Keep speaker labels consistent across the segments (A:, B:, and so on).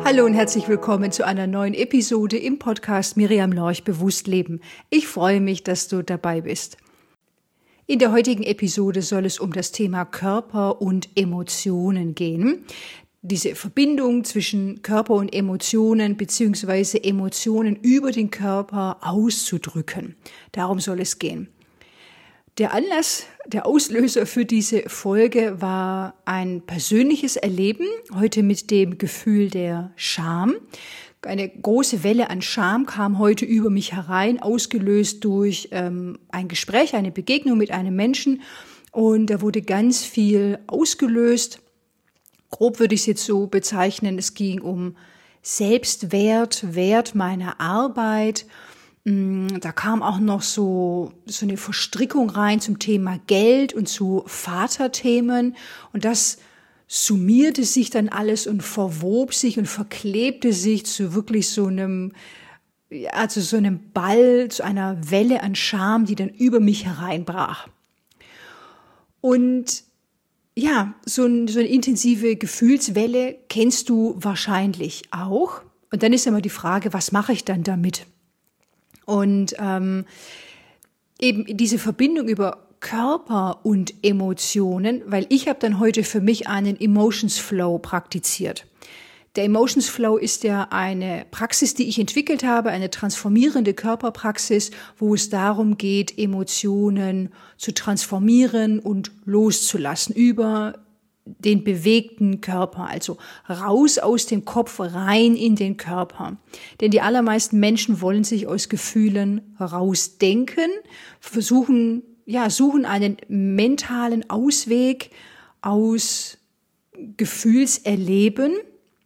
A: Hallo und herzlich willkommen zu einer neuen Episode im Podcast Miriam Lorch Bewusst Leben. Ich freue mich, dass du dabei bist. In der heutigen Episode soll es um das Thema Körper und Emotionen gehen. Diese Verbindung zwischen Körper und Emotionen bzw. Emotionen über den Körper auszudrücken. Darum soll es gehen. Der Anlass, der Auslöser für diese Folge war ein persönliches Erleben, heute mit dem Gefühl der Scham. Eine große Welle an Scham kam heute über mich herein, ausgelöst durch ein Gespräch, eine Begegnung mit einem Menschen. Und da wurde ganz viel ausgelöst. Grob würde ich es jetzt so bezeichnen, es ging um Selbstwert, Wert meiner Arbeit. Da kam auch noch so eine Verstrickung rein zum Thema Geld und zu Vaterthemen. Und das summierte sich dann alles und verwob sich und verklebte sich zu wirklich so einem Ball, zu einer Welle an Scham, die dann über mich hereinbrach. Und ja, so eine intensive Gefühlswelle kennst du wahrscheinlich auch. Und dann ist immer die Frage, was mache ich dann damit? Und eben diese Verbindung über Körper und Emotionen, weil ich habe dann heute für mich einen Emotions Flow praktiziert. Der Emotions Flow ist ja eine Praxis, die ich entwickelt habe, eine transformierende Körperpraxis, wo es darum geht, Emotionen zu transformieren und loszulassen über den bewegten Körper, also raus aus dem Kopf, rein in den Körper. Denn die allermeisten Menschen wollen sich aus Gefühlen rausdenken, suchen einen mentalen Ausweg aus Gefühlserleben.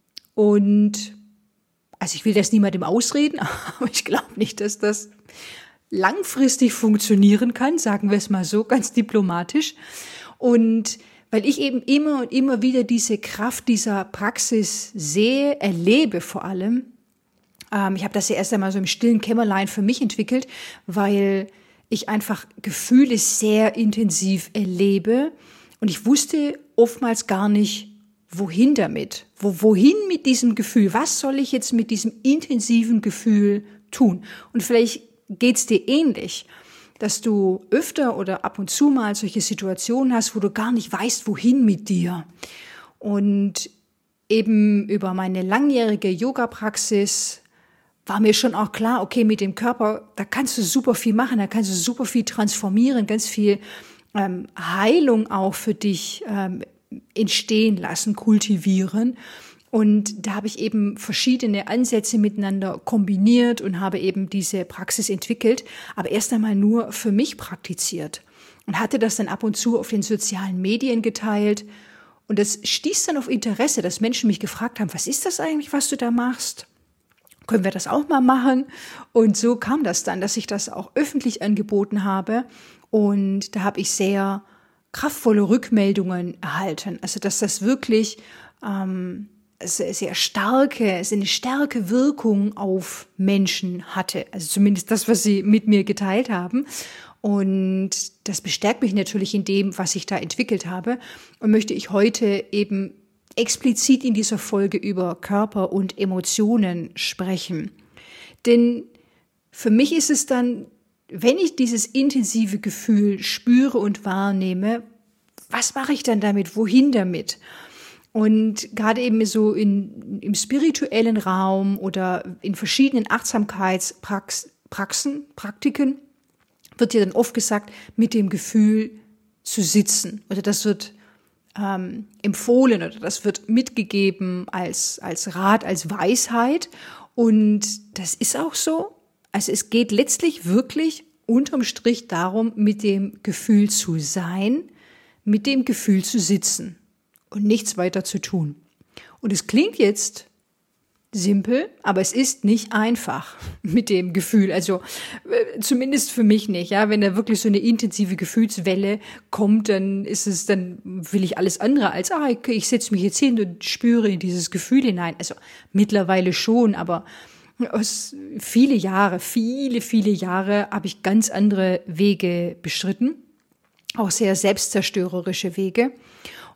A: Und also ich will das niemandem ausreden, aber ich glaube nicht, dass das langfristig funktionieren kann, sagen wir es mal so, ganz diplomatisch. Und weil ich eben immer und immer wieder diese Kraft dieser Praxis sehe, erlebe vor allem. Ich habe das ja erst einmal so im stillen Kämmerlein für mich entwickelt, weil ich einfach Gefühle sehr intensiv erlebe und ich wusste oftmals gar nicht, wohin damit, wohin mit diesem Gefühl, was soll ich jetzt mit diesem intensiven Gefühl tun? Und vielleicht geht's dir ähnlich, dass du öfter oder ab und zu mal solche Situationen hast, wo du gar nicht weißt, wohin mit dir. Und eben über meine langjährige Yoga-Praxis war mir schon auch klar, okay, mit dem Körper, da kannst du super viel machen, da kannst du super viel transformieren, ganz viel Heilung auch für dich entstehen lassen, kultivieren. Und da habe ich eben verschiedene Ansätze miteinander kombiniert und habe eben diese Praxis entwickelt, aber erst einmal nur für mich praktiziert und hatte das dann ab und zu auf den sozialen Medien geteilt. Und das stieß dann auf Interesse, dass Menschen mich gefragt haben, was ist das eigentlich, was du da machst? Können wir das auch mal machen? Und so kam das dann, dass ich das auch öffentlich angeboten habe. Und da habe ich sehr kraftvolle Rückmeldungen erhalten. Also dass das wirklich eine starke Wirkung auf Menschen hatte. Also zumindest das, was sie mit mir geteilt haben. Und das bestärkt mich natürlich in dem, was ich da entwickelt habe. Und möchte ich heute eben explizit in dieser Folge über Körper und Emotionen sprechen. Denn für mich ist es dann, wenn ich dieses intensive Gefühl spüre und wahrnehme, was mache ich dann damit? Wohin damit? Und gerade eben so im spirituellen Raum oder in verschiedenen Praktiken wird ja dann oft gesagt, mit dem Gefühl zu sitzen. Oder das wird empfohlen oder das wird mitgegeben als Rat, als Weisheit. Und das ist auch so. Also es geht letztlich wirklich unterm Strich darum, mit dem Gefühl zu sein, mit dem Gefühl zu sitzen und nichts weiter zu tun. Und es klingt jetzt simpel, aber es ist nicht einfach mit dem Gefühl. Also zumindest für mich nicht. Ja, wenn da wirklich so eine intensive Gefühlswelle kommt, dann will ich alles andere als, ich setze mich jetzt hin und spüre in dieses Gefühl hinein. Also mittlerweile schon, aber viele Jahre habe ich ganz andere Wege beschritten, auch sehr selbstzerstörerische Wege.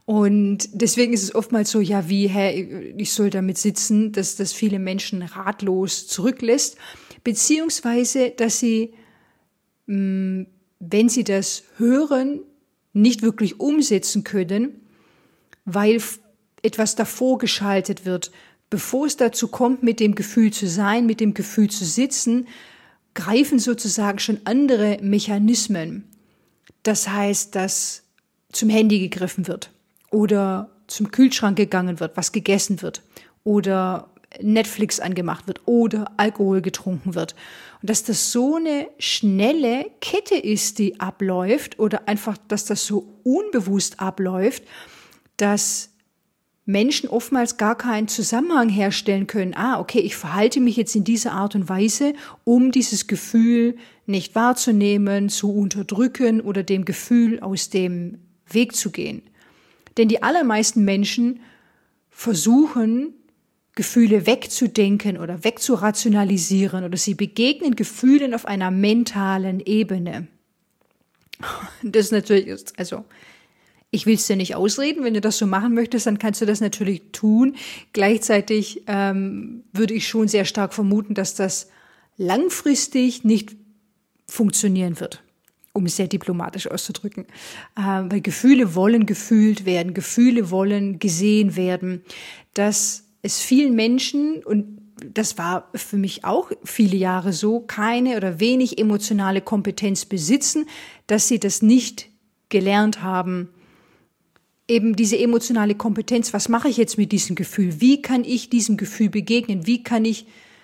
A: Und deswegen ist es oftmals so, ja, ich soll damit sitzen, dass das viele Menschen ratlos zurücklässt, beziehungsweise, dass sie, wenn sie das hören, nicht wirklich umsetzen können, weil etwas davor geschaltet wird. Bevor es dazu kommt, mit dem Gefühl zu sein, mit dem Gefühl zu sitzen, greifen sozusagen schon andere Mechanismen. Das heißt, dass zum Handy gegriffen wird oder zum Kühlschrank gegangen wird, was gegessen wird oder Netflix angemacht wird oder Alkohol getrunken wird. Und dass das so eine schnelle Kette ist, die abläuft oder einfach, dass das so unbewusst abläuft, dass Menschen oftmals gar keinen Zusammenhang herstellen können. Okay, ich verhalte mich jetzt in dieser Art und Weise, um dieses Gefühl nicht wahrzunehmen, zu unterdrücken oder dem Gefühl aus dem Weg zu gehen. Denn die allermeisten Menschen versuchen, Gefühle wegzudenken oder wegzurationalisieren oder sie begegnen Gefühlen auf einer mentalen Ebene. Das ist natürlich, ich will es dir nicht ausreden, wenn du das so machen möchtest, dann kannst du das natürlich tun. Gleichzeitig würde ich schon sehr stark vermuten, dass das langfristig nicht funktionieren wird, um es sehr diplomatisch auszudrücken. Weil Gefühle wollen gefühlt werden, Gefühle wollen gesehen werden, dass es vielen Menschen, und das war für mich auch viele Jahre so, keine oder wenig emotionale Kompetenz besitzen, dass sie das nicht gelernt haben. Eben diese emotionale Kompetenz, was mache ich jetzt mit diesem Gefühl? Wie kann ich diesem Gefühl begegnen? Wie kann ich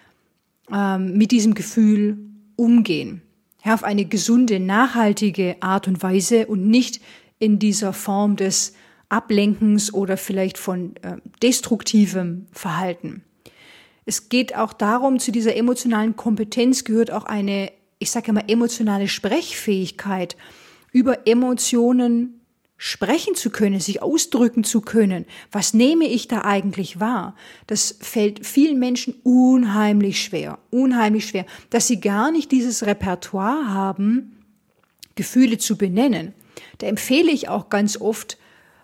A: mit diesem Gefühl umgehen? Ja, auf eine gesunde, nachhaltige Art und Weise und nicht in dieser Form des Ablenkens oder vielleicht von destruktivem Verhalten. Es geht auch darum, zu dieser emotionalen Kompetenz gehört auch eine, ich sage immer, emotionale Sprechfähigkeit, über Emotionen sprechen zu können, sich ausdrücken zu können. Was nehme ich da eigentlich wahr? Das fällt vielen Menschen unheimlich schwer, dass sie gar nicht dieses Repertoire haben, Gefühle zu benennen. Da empfehle ich auch ganz oft,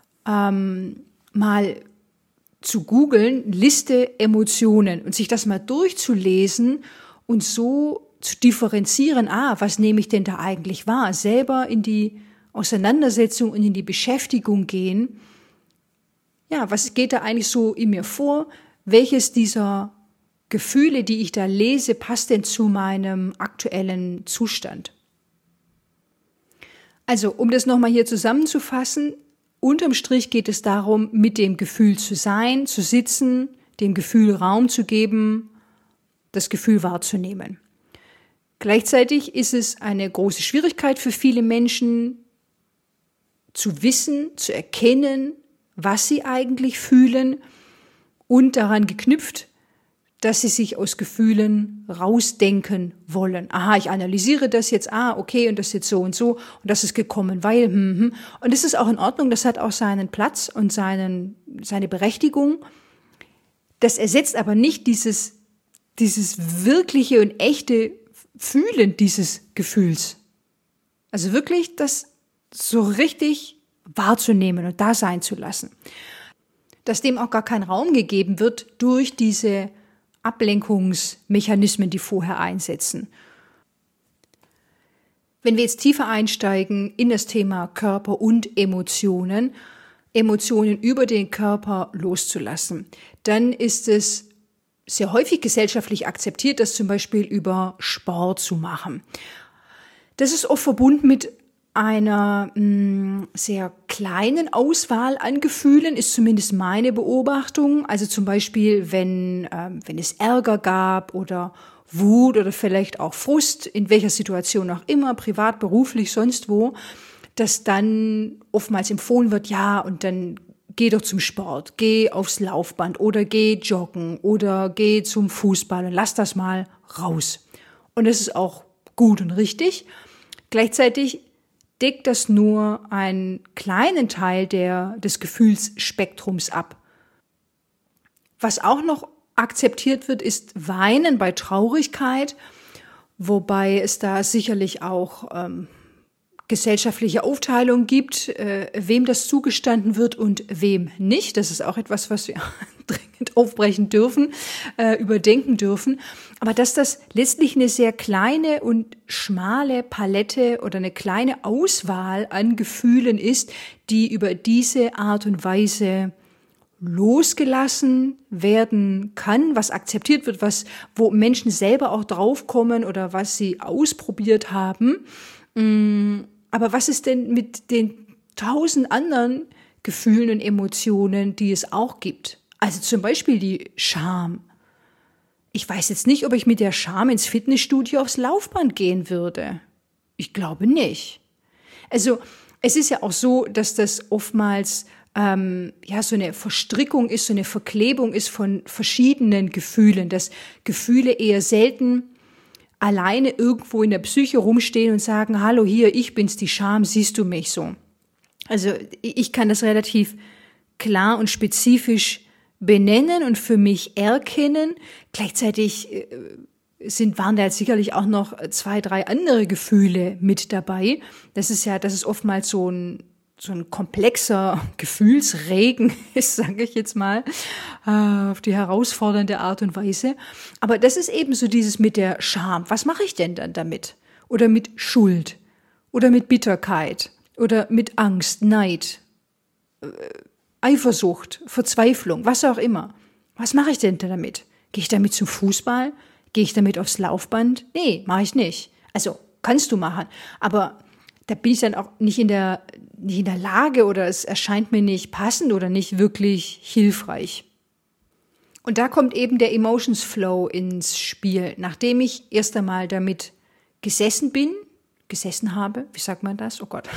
A: mal zu googeln, Liste Emotionen und sich das mal durchzulesen und so zu differenzieren, was nehme ich denn da eigentlich wahr? Selber in die Auseinandersetzung und in die Beschäftigung gehen. Ja, was geht da eigentlich so in mir vor? Welches dieser Gefühle, die ich da lese, passt denn zu meinem aktuellen Zustand? Also, um das nochmal hier zusammenzufassen, unterm Strich geht es darum, mit dem Gefühl zu sein, zu sitzen, dem Gefühl Raum zu geben, das Gefühl wahrzunehmen. Gleichzeitig ist es eine große Schwierigkeit für viele Menschen, zu wissen, zu erkennen, was sie eigentlich fühlen und daran geknüpft, dass sie sich aus Gefühlen rausdenken wollen. Ich analysiere das jetzt, okay, und das ist jetzt so und das ist gekommen, weil, Und das ist auch in Ordnung, das hat auch seinen Platz und seine Berechtigung. Das ersetzt aber nicht dieses wirkliche und echte Fühlen dieses Gefühls. Also wirklich das so richtig wahrzunehmen und da sein zu lassen. Dass dem auch gar kein Raum gegeben wird durch diese Ablenkungsmechanismen, die vorher einsetzen. Wenn wir jetzt tiefer einsteigen in das Thema Körper und Emotionen über den Körper loszulassen, dann ist es sehr häufig gesellschaftlich akzeptiert, das zum Beispiel über Sport zu machen. Das ist oft verbunden mit einer sehr kleinen Auswahl an Gefühlen, ist zumindest meine Beobachtung. Also zum Beispiel, wenn es Ärger gab oder Wut oder vielleicht auch Frust, in welcher Situation auch immer, privat, beruflich, sonst wo, dass dann oftmals empfohlen wird, und dann geh doch zum Sport, geh aufs Laufband oder geh joggen oder geh zum Fußball und lass das mal raus. Und das ist auch gut und richtig. Gleichzeitig deckt das nur einen kleinen Teil des Gefühlsspektrums ab. Was auch noch akzeptiert wird, ist Weinen bei Traurigkeit, wobei es da sicherlich auch gesellschaftliche Aufteilung gibt, wem das zugestanden wird und wem nicht. Das ist auch etwas, was wir dringend aufbrechen dürfen, überdenken dürfen. Aber dass das letztlich eine sehr kleine und schmale Palette oder eine kleine Auswahl an Gefühlen ist, die über diese Art und Weise losgelassen werden kann, was akzeptiert wird, wo Menschen selber auch draufkommen oder was sie ausprobiert haben. Aber was ist denn mit den 1000 anderen Gefühlen und Emotionen, die es auch gibt? Also zum Beispiel die Scham. Ich weiß jetzt nicht, ob ich mit der Scham ins Fitnessstudio aufs Laufband gehen würde. Ich glaube nicht. Also es ist ja auch so, dass das oftmals so eine Verstrickung ist, so eine Verklebung ist von verschiedenen Gefühlen, dass Gefühle eher selten alleine irgendwo in der Psyche rumstehen und sagen, hallo hier, ich bin's, die Scham, siehst du mich so. Also ich kann das relativ klar und spezifisch benennen und für mich erkennen. Gleichzeitig waren da jetzt sicherlich auch noch 2, 3 andere Gefühle mit dabei. Das ist oftmals so ein komplexer Gefühlsregen ist, sage ich jetzt mal, auf die herausfordernde Art und Weise. Aber das ist eben so dieses mit der Scham. Was mache ich denn dann damit? Oder mit Schuld? Oder mit Bitterkeit? Oder mit Angst, Neid, Eifersucht, Verzweiflung, was auch immer. Was mache ich denn damit? Gehe ich damit zum Fußball? Gehe ich damit aufs Laufband? Nee, mache ich nicht. Also kannst du machen, aber da bin ich dann auch nicht in der Lage oder es erscheint mir nicht passend oder nicht wirklich hilfreich. Und da kommt eben der Emotions Flow ins Spiel. Nachdem ich erst einmal damit gesessen habe, wie sagt man das? Oh Gott.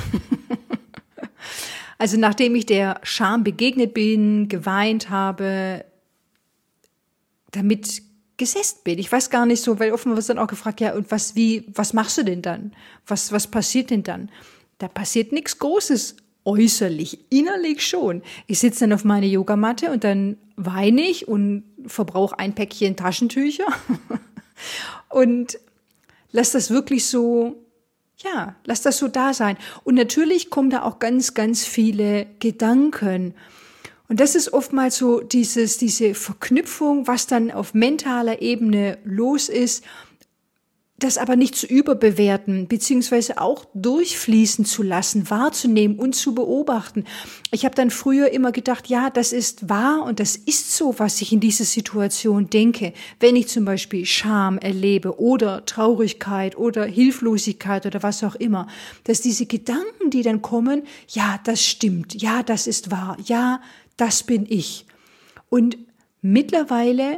A: Also nachdem ich der Scham begegnet bin, geweint habe, damit gesessen bin. Ich weiß gar nicht so, weil offen wird dann auch gefragt, ja, und was machst du denn dann? Was passiert denn dann? Da passiert nichts Großes äußerlich, innerlich schon. Ich sitze dann auf meine Yogamatte und dann weine ich und verbrauche ein Päckchen Taschentücher und lass das wirklich so, lass das so da sein. Und natürlich kommen da auch ganz, ganz viele Gedanken. Und das ist oftmals so diese Verknüpfung, was dann auf mentaler Ebene los ist, das aber nicht zu überbewerten, beziehungsweise auch durchfließen zu lassen, wahrzunehmen und zu beobachten. Ich habe dann früher immer gedacht, ja, das ist wahr und das ist so, was ich in dieser Situation denke. Wenn ich zum Beispiel Scham erlebe oder Traurigkeit oder Hilflosigkeit oder was auch immer, dass diese Gedanken, die dann kommen, ja, das stimmt, ja, das ist wahr, ja, das bin ich. Und mittlerweile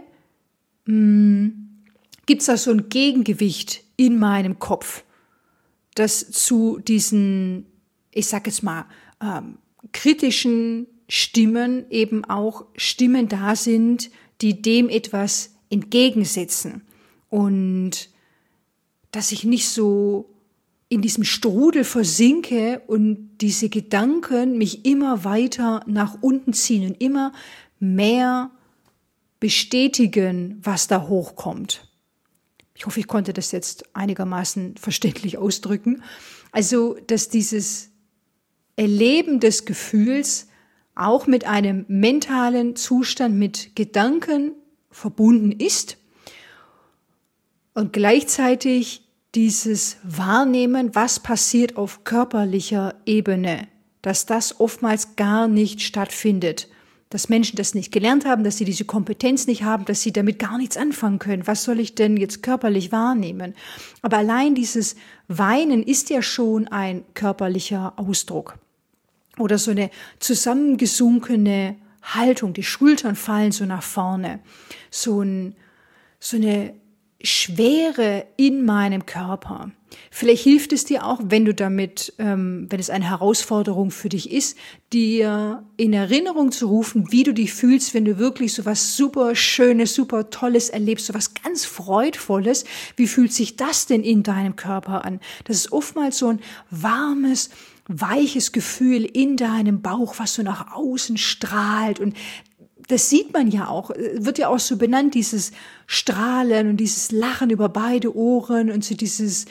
A: gibt es da so ein Gegengewicht in meinem Kopf, das zu diesen, ich sag jetzt mal, kritischen Stimmen eben auch Stimmen da sind, die dem etwas entgegensetzen. Und dass ich nicht so in diesem Strudel versinke und diese Gedanken mich immer weiter nach unten ziehen und immer mehr bestätigen, was da hochkommt. Ich hoffe, ich konnte das jetzt einigermaßen verständlich ausdrücken. Also, dass dieses Erleben des Gefühls auch mit einem mentalen Zustand, mit Gedanken verbunden ist und gleichzeitig dieses Wahrnehmen, was passiert auf körperlicher Ebene, dass das oftmals gar nicht stattfindet. Dass Menschen das nicht gelernt haben, dass sie diese Kompetenz nicht haben, dass sie damit gar nichts anfangen können. Was soll ich denn jetzt körperlich wahrnehmen? Aber allein dieses Weinen ist ja schon ein körperlicher Ausdruck. Oder so eine zusammengesunkene Haltung, die Schultern fallen so nach vorne. So eine Schwere in meinem Körper. Vielleicht hilft es dir auch, wenn du damit, wenn es eine Herausforderung für dich ist, dir in Erinnerung zu rufen, wie du dich fühlst, wenn du wirklich so was super Schönes, super Tolles erlebst, so was ganz Freudvolles. Wie fühlt sich das denn in deinem Körper an? Das ist oftmals so ein warmes, weiches Gefühl in deinem Bauch, was so nach außen strahlt, und das sieht man ja auch, wird ja auch so benannt, dieses Strahlen und dieses Lachen über beide Ohren und so dieses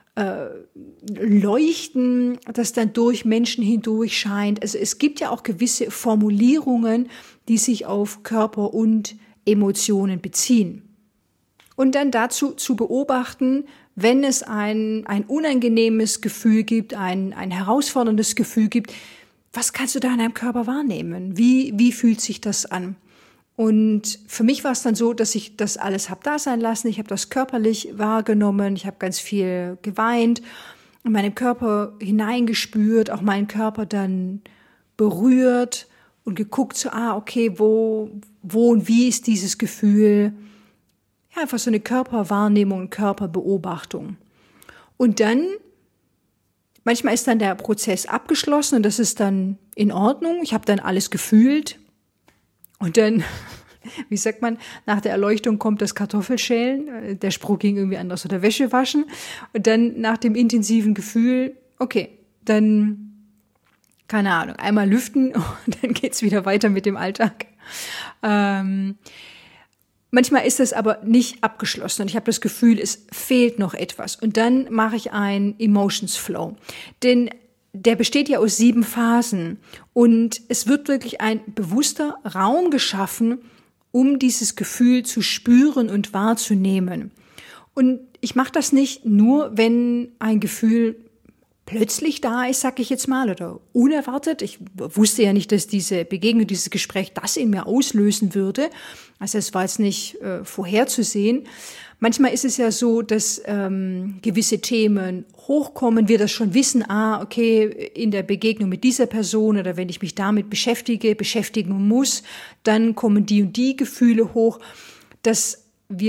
A: Leuchten, das dann durch Menschen hindurch scheint. Also es gibt ja auch gewisse Formulierungen, die sich auf Körper und Emotionen beziehen. Und dann dazu zu beobachten, wenn es ein unangenehmes Gefühl gibt, ein herausforderndes Gefühl gibt, was kannst du da in deinem Körper wahrnehmen? Wie fühlt sich das an? Und für mich war es dann so, dass ich das alles habe da sein lassen. Ich habe das körperlich wahrgenommen. Ich habe ganz viel geweint, in meinen Körper hineingespürt, auch meinen Körper dann berührt und geguckt, so, okay, wo und wie ist dieses Gefühl? Ja, einfach so eine Körperwahrnehmung, Körperbeobachtung. Und dann, manchmal ist dann der Prozess abgeschlossen und das ist dann in Ordnung. Ich habe dann alles gefühlt. Und dann, wie sagt man, nach der Erleuchtung kommt das Kartoffelschälen. Der Spruch ging irgendwie anders, oder Wäsche waschen. Und dann nach dem intensiven Gefühl, okay, dann, keine Ahnung, einmal lüften und dann geht's wieder weiter mit dem Alltag. Manchmal ist das aber nicht abgeschlossen und ich habe das Gefühl, es fehlt noch etwas. Und dann mache ich ein Emotions Flow. Denn der besteht ja aus 7 Phasen und es wird wirklich ein bewusster Raum geschaffen, um dieses Gefühl zu spüren und wahrzunehmen. Und ich mache das nicht nur, wenn ein Gefühl plötzlich da ist, sag ich jetzt mal, oder unerwartet. Ich wusste ja nicht, dass diese Begegnung, dieses Gespräch das in mir auslösen würde. Also es war jetzt nicht vorherzusehen. Manchmal ist es ja so, dass gewisse Themen hochkommen, wir das schon wissen, okay, in der Begegnung mit dieser Person oder wenn ich mich damit beschäftigen muss, dann kommen die und die Gefühle hoch, dass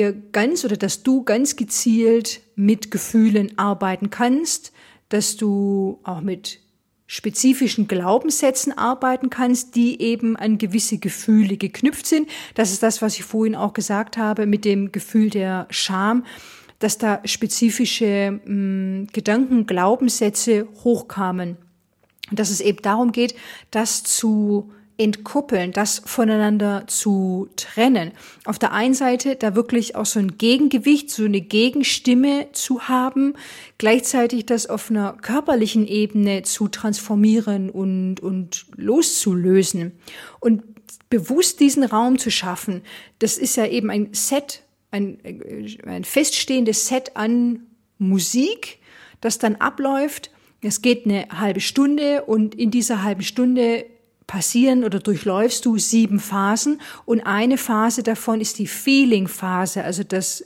A: du ganz gezielt mit Gefühlen arbeiten kannst, dass du auch mit spezifischen Glaubenssätzen arbeiten kannst, die eben an gewisse Gefühle geknüpft sind. Das ist das, was ich vorhin auch gesagt habe mit dem Gefühl der Scham, dass da spezifische Gedanken, Glaubenssätze hochkamen. Und dass es eben darum geht, das zu entkoppeln, das voneinander zu trennen. Auf der einen Seite da wirklich auch so ein Gegengewicht, so eine Gegenstimme zu haben, gleichzeitig das auf einer körperlichen Ebene zu transformieren und loszulösen. Und bewusst diesen Raum zu schaffen, das ist ja eben ein Set, ein feststehendes Set an Musik, das dann abläuft. Es geht eine halbe Stunde und in dieser halben Stunde passieren oder durchläufst du 7 Phasen und eine Phase davon ist die Feeling-Phase, also das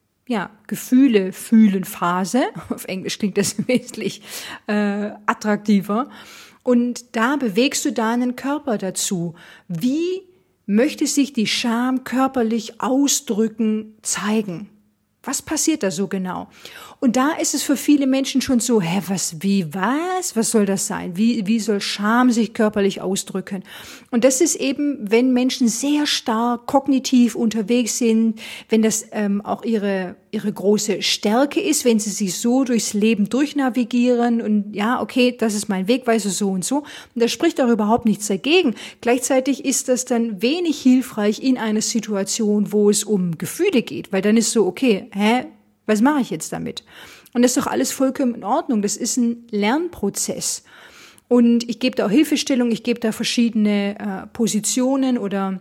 A: Gefühle-Fühlen-Phase. Auf Englisch klingt das wesentlich attraktiver. Und da bewegst du deinen Körper dazu. Wie möchte sich die Scham körperlich ausdrücken, zeigen? Was passiert da so genau? Und da ist es für viele Menschen schon so, was soll das sein? Wie soll Scham sich körperlich ausdrücken? Und das ist eben, wenn Menschen sehr stark kognitiv unterwegs sind, wenn das auch ihre große Stärke ist, wenn sie sich so durchs Leben durchnavigieren und okay, das ist mein Wegweiser so und so. Und da spricht auch überhaupt nichts dagegen. Gleichzeitig ist das dann wenig hilfreich in einer Situation, wo es um Gefühle geht, weil dann ist so, okay, was mache ich jetzt damit? Und das ist doch alles vollkommen in Ordnung. Das ist ein Lernprozess. Und ich gebe da auch Hilfestellung, ich gebe da verschiedene Positionen oder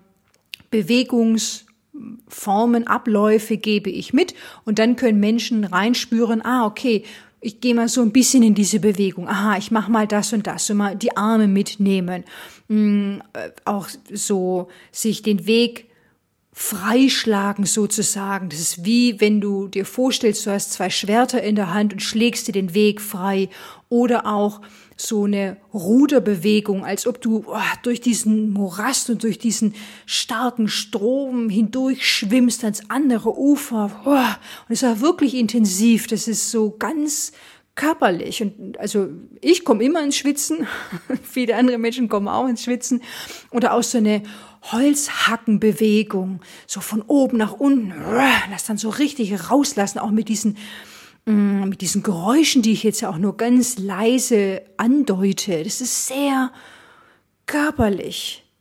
A: Bewegungsformen, Abläufe gebe ich mit. Und dann können Menschen reinspüren, okay, ich gehe mal so ein bisschen in diese Bewegung. Ich mache mal das und das. Und mal die Arme mitnehmen. Auch so sich den Weg freischlagen sozusagen. Das ist wie, wenn du dir vorstellst, du hast 2 Schwerter in der Hand und schlägst dir den Weg frei. Oder auch so eine Ruderbewegung, als ob du durch diesen Morast und durch diesen starken Strom hindurch schwimmst ans andere Ufer. Und es war wirklich intensiv. Das ist so ganz körperlich. Und also ich komme immer ins Schwitzen. Viele andere Menschen kommen auch ins Schwitzen. Oder auch so eine Holzhackenbewegung, so von oben nach unten, das dann so richtig rauslassen, auch mit diesen Geräuschen, die ich jetzt ja auch nur ganz leise andeute. Das ist sehr körperlich.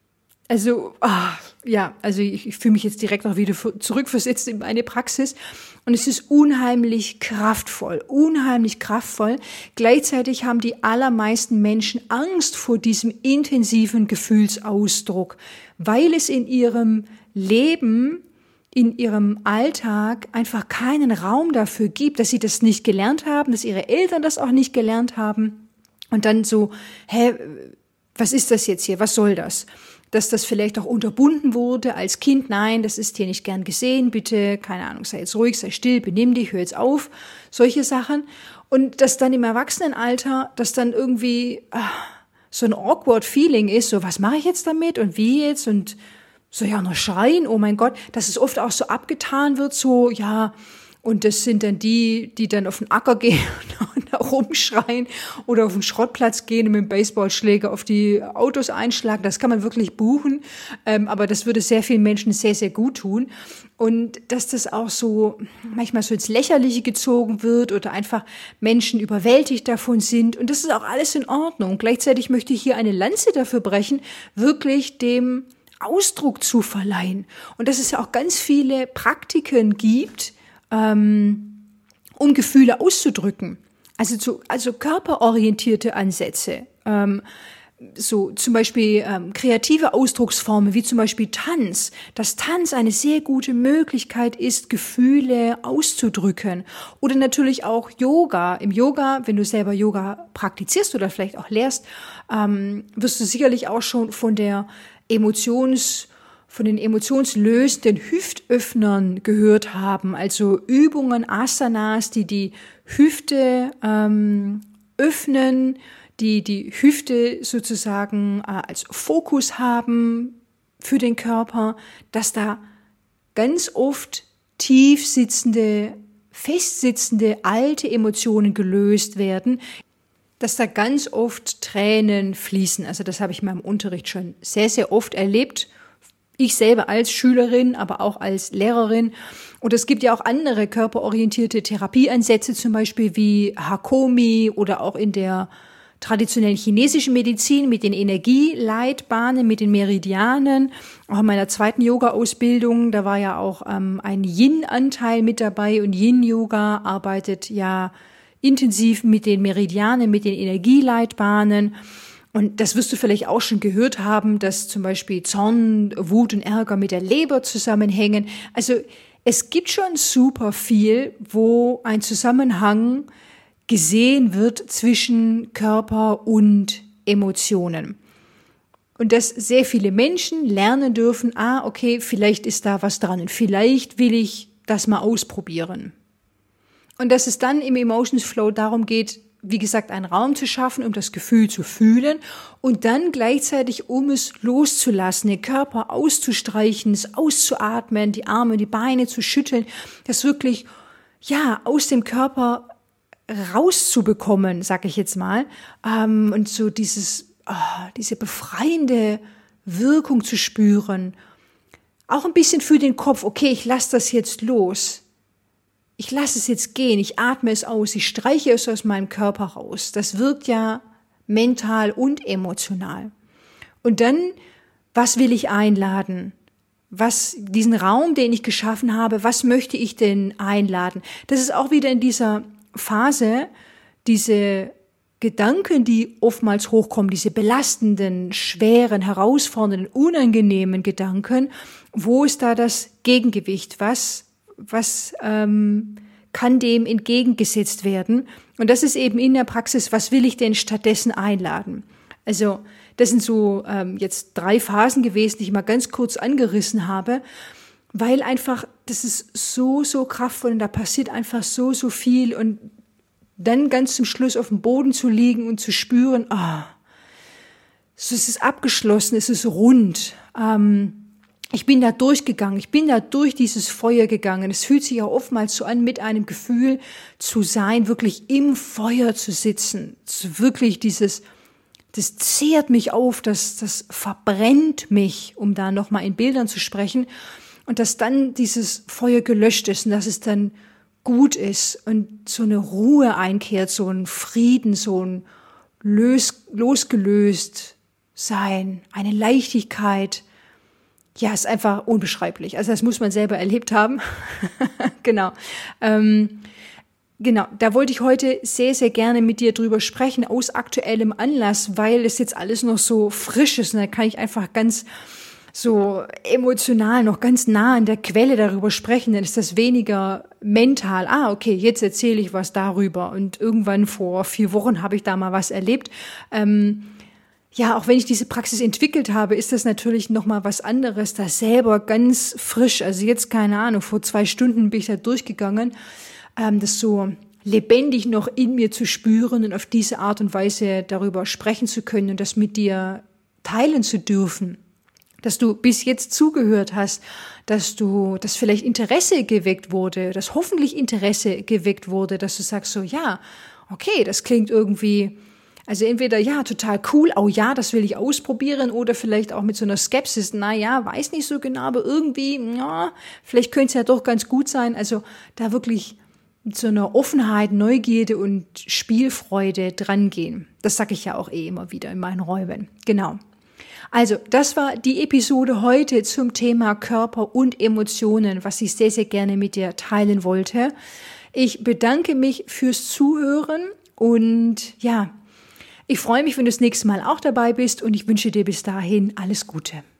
A: Also, also ich fühle mich jetzt direkt auch wieder zurückversetzt in meine Praxis. Und es ist unheimlich kraftvoll. Gleichzeitig haben die allermeisten Menschen Angst vor diesem intensiven Gefühlsausdruck, weil es in ihrem Leben, in ihrem Alltag einfach keinen Raum dafür gibt, dass sie das nicht gelernt haben, dass ihre Eltern das auch nicht gelernt haben. Und dann so, was ist das jetzt hier? Was soll das? Dass das vielleicht auch unterbunden wurde als Kind. Nein, das ist hier nicht gern gesehen. Bitte, keine Ahnung, sei jetzt ruhig, sei still, benimm dich, hör jetzt auf. Solche Sachen. Und dass dann im Erwachsenenalter, dass dann irgendwie so ein awkward Feeling ist, so was mache ich jetzt damit und wie jetzt und so ja noch schreien, oh mein Gott, dass es oft auch so abgetan wird, so ja. Und das sind dann die dann auf den Acker gehen und da rumschreien oder auf den Schrottplatz gehen und mit dem Baseballschläger auf die Autos einschlagen. Das kann man wirklich buchen, aber das würde sehr vielen Menschen sehr, sehr gut tun. Und dass das auch so manchmal so ins Lächerliche gezogen wird oder einfach Menschen überwältigt davon sind. Und das ist auch alles in Ordnung. Gleichzeitig möchte ich hier eine Lanze dafür brechen, wirklich dem Ausdruck zu verleihen. Und dass es ja auch ganz viele Praktiken gibt, um Gefühle auszudrücken. Also körperorientierte Ansätze. So zum Beispiel kreative Ausdrucksformen wie zum Beispiel Tanz. Dass Tanz eine sehr gute Möglichkeit ist, Gefühle auszudrücken. Oder natürlich auch Yoga. Im Yoga, wenn du selber Yoga praktizierst oder vielleicht auch lehrst, wirst du sicherlich auch schon von den emotionslösenden Hüftöffnern gehört haben, also Übungen, Asanas, die die Hüfte öffnen, die Hüfte sozusagen als Fokus haben für den Körper, dass da ganz oft tief sitzende, festsitzende, alte Emotionen gelöst werden, dass da ganz oft Tränen fließen. Also das habe ich in meinem Unterricht schon sehr, sehr oft erlebt. Ich selber als Schülerin, aber auch als Lehrerin. Und es gibt ja auch andere körperorientierte Therapieansätze, zum Beispiel wie Hakomi oder auch in der traditionellen chinesischen Medizin mit den Energieleitbahnen, mit den Meridianen. Auch in meiner zweiten Yoga-Ausbildung, da war ja auch ein Yin-Anteil mit dabei und Yin-Yoga arbeitet ja intensiv mit den Meridianen, mit den Energieleitbahnen. Und das wirst du vielleicht auch schon gehört haben, dass zum Beispiel Zorn, Wut und Ärger mit der Leber zusammenhängen. Also es gibt schon super viel, wo ein Zusammenhang gesehen wird zwischen Körper und Emotionen. Und dass sehr viele Menschen lernen dürfen, okay, vielleicht ist da was dran und vielleicht will ich das mal ausprobieren. Und dass es dann im Emotions Flow darum geht, wie gesagt, einen Raum zu schaffen, um das Gefühl zu fühlen und dann gleichzeitig, um es loszulassen, den Körper auszustreichen, es auszuatmen, die Arme, die Beine zu schütteln, das wirklich, aus dem Körper rauszubekommen, sag ich jetzt mal, und so diese befreiende Wirkung zu spüren. Auch ein bisschen für den Kopf, okay, ich lasse das jetzt los. Ich lasse es jetzt gehen, ich atme es aus, ich streiche es aus meinem Körper raus. Das wirkt ja mental und emotional. Und dann, was will ich einladen? Diesen Raum, den ich geschaffen habe, was möchte ich denn einladen? Das ist auch wieder in dieser Phase, diese Gedanken, die oftmals hochkommen, diese belastenden, schweren, herausfordernden, unangenehmen Gedanken. Wo ist da das Gegengewicht? Was kann dem entgegengesetzt werden? Und das ist eben in der Praxis, was will ich denn stattdessen einladen? Also das sind so jetzt 3 Phasen gewesen, die ich mal ganz kurz angerissen habe, weil einfach, das ist so, so kraftvoll und da passiert einfach so, so viel und dann ganz zum Schluss auf dem Boden zu liegen und zu spüren, es ist abgeschlossen, es ist rund, ich bin da durchgegangen, ich bin da durch dieses Feuer gegangen. Es fühlt sich ja oftmals so an, mit einem Gefühl zu sein, wirklich im Feuer zu sitzen. Wirklich das zehrt mich auf, das verbrennt mich, um da nochmal in Bildern zu sprechen. Und dass dann dieses Feuer gelöscht ist und dass es dann gut ist und so eine Ruhe einkehrt, so ein Frieden, so ein losgelöst sein, eine Leichtigkeit, ja, ist einfach unbeschreiblich. Also das muss man selber erlebt haben. Genau. Genau, da wollte ich heute sehr, sehr gerne mit dir drüber sprechen, aus aktuellem Anlass, weil es jetzt alles noch so frisch ist. Und da kann ich einfach ganz so emotional noch ganz nah an der Quelle darüber sprechen, dann ist das weniger mental. Okay, jetzt erzähle ich was darüber. Und irgendwann vor 4 Wochen habe ich da mal was erlebt. Ja, auch wenn ich diese Praxis entwickelt habe, ist das natürlich nochmal was anderes, da selber ganz frisch, also jetzt keine Ahnung, vor 2 Stunden bin ich da durchgegangen, das so lebendig noch in mir zu spüren und auf diese Art und Weise darüber sprechen zu können und das mit dir teilen zu dürfen, dass du bis jetzt zugehört hast, dass vielleicht Interesse geweckt wurde, dass hoffentlich Interesse geweckt wurde, dass du sagst so, ja, okay, das klingt irgendwie, also entweder, ja, total cool, oh ja, das will ich ausprobieren, oder vielleicht auch mit so einer Skepsis, weiß nicht so genau, aber irgendwie, vielleicht könnte es ja doch ganz gut sein. Also da wirklich mit so einer Offenheit, Neugierde und Spielfreude drangehen. Das sage ich ja auch immer wieder in meinen Räumen. Genau. Also, das war die Episode heute zum Thema Körper und Emotionen, was ich sehr, sehr gerne mit dir teilen wollte. Ich bedanke mich fürs Zuhören und ja, ich freue mich, wenn du das nächste Mal auch dabei bist und ich wünsche dir bis dahin alles Gute.